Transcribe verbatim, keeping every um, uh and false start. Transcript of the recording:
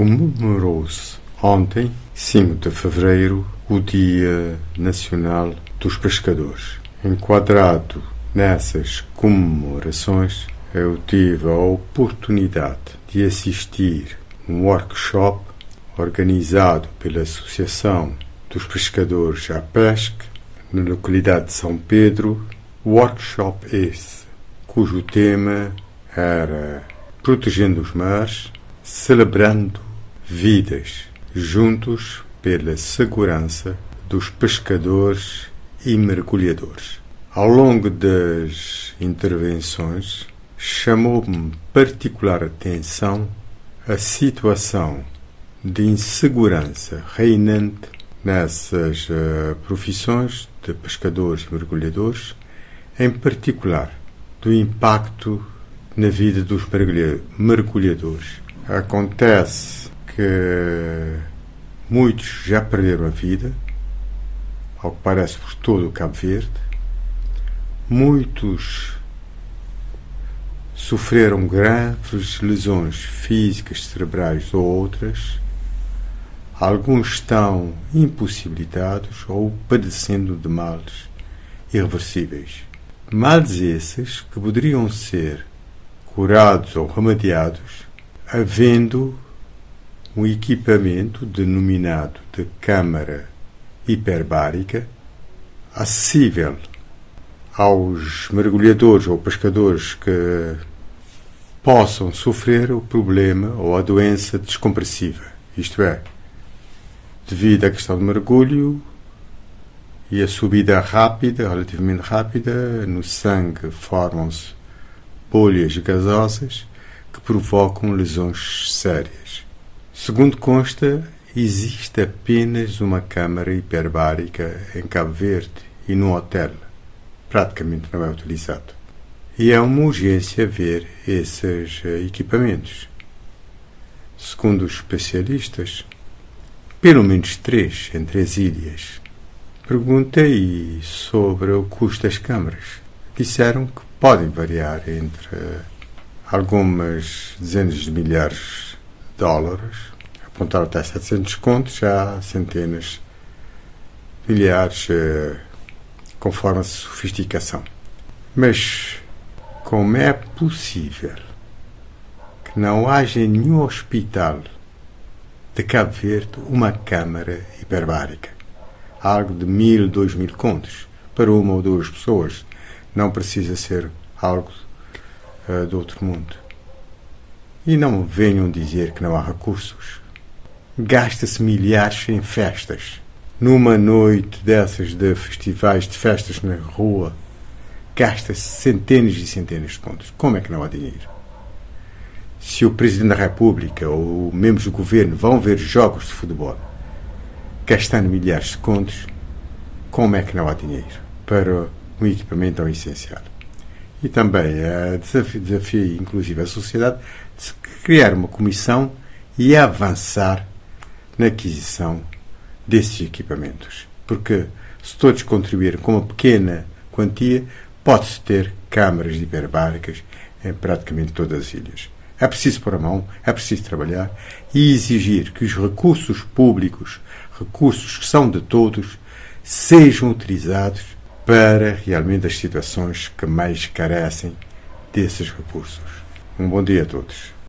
Comemorou-se ontem, cinco de fevereiro, o Dia Nacional dos Pescadores. Enquadrado nessas comemorações, eu tive a oportunidade de assistir a um workshop organizado pela Associação dos Pescadores à Pesca, na localidade de São Pedro. Workshop esse, cujo tema era Protegendo os Mares, celebrando vidas, juntos pela segurança dos pescadores e mergulhadores. Ao longo das intervenções, chamou-me particular atenção a situação de insegurança reinante nessas uh, profissões de pescadores e mergulhadores, em particular do impacto na vida dos mergulhadores. Acontece que muitos já perderam a vida, ao que parece por todo o Cabo Verde. Muitos sofreram graves lesões físicas, cerebrais ou outras. Alguns estão impossibilitados ou padecendo de males irreversíveis. Males esses que poderiam ser curados ou remediados havendo um equipamento denominado de câmara hiperbárica acessível aos mergulhadores ou pescadores que possam sofrer o problema ou a doença descompressiva, isto é, devido à questão do mergulho e a subida rápida, relativamente rápida, no sangue formam-se bolhas gasosas que provocam lesões sérias. Segundo consta, existe apenas uma câmara hiperbárica em Cabo Verde e num hotel. Praticamente não é utilizado. E é uma urgência ver esses equipamentos. Segundo os especialistas, pelo menos três em três ilhas. Perguntei sobre o custo das câmaras. Disseram que podem variar entre algumas dezenas de milhares de dólares, apontar até setecentos contos, já centenas de milhares, conforme a sofisticação. Mas como é possível que não haja nenhum hospital de Cabo Verde uma câmara hiperbárica? Algo de mil, dois mil contos para uma ou duas pessoas. Não precisa ser algo uh, do outro mundo. E não venham dizer que não há recursos. Gasta-se milhares em festas. Numa noite dessas de festivais, de festas na rua, gasta-se centenas e centenas de contos. Como é que não há dinheiro? Se o Presidente da República ou membros do Governo vão ver jogos de futebol gastando milhares de contos, como é que não há dinheiro para um equipamento tão essencial? E também é desafio, desafio inclusive a sociedade, de se criar uma comissão e avançar na aquisição desses equipamentos. Porque se todos contribuírem com uma pequena quantia, pode-se ter câmaras hiperbáricas em praticamente todas as ilhas. É preciso pôr a mão, é preciso trabalhar e exigir que os recursos públicos, recursos que são de todos, sejam utilizados para realmente as situações que mais carecem desses recursos. Um bom dia a todos.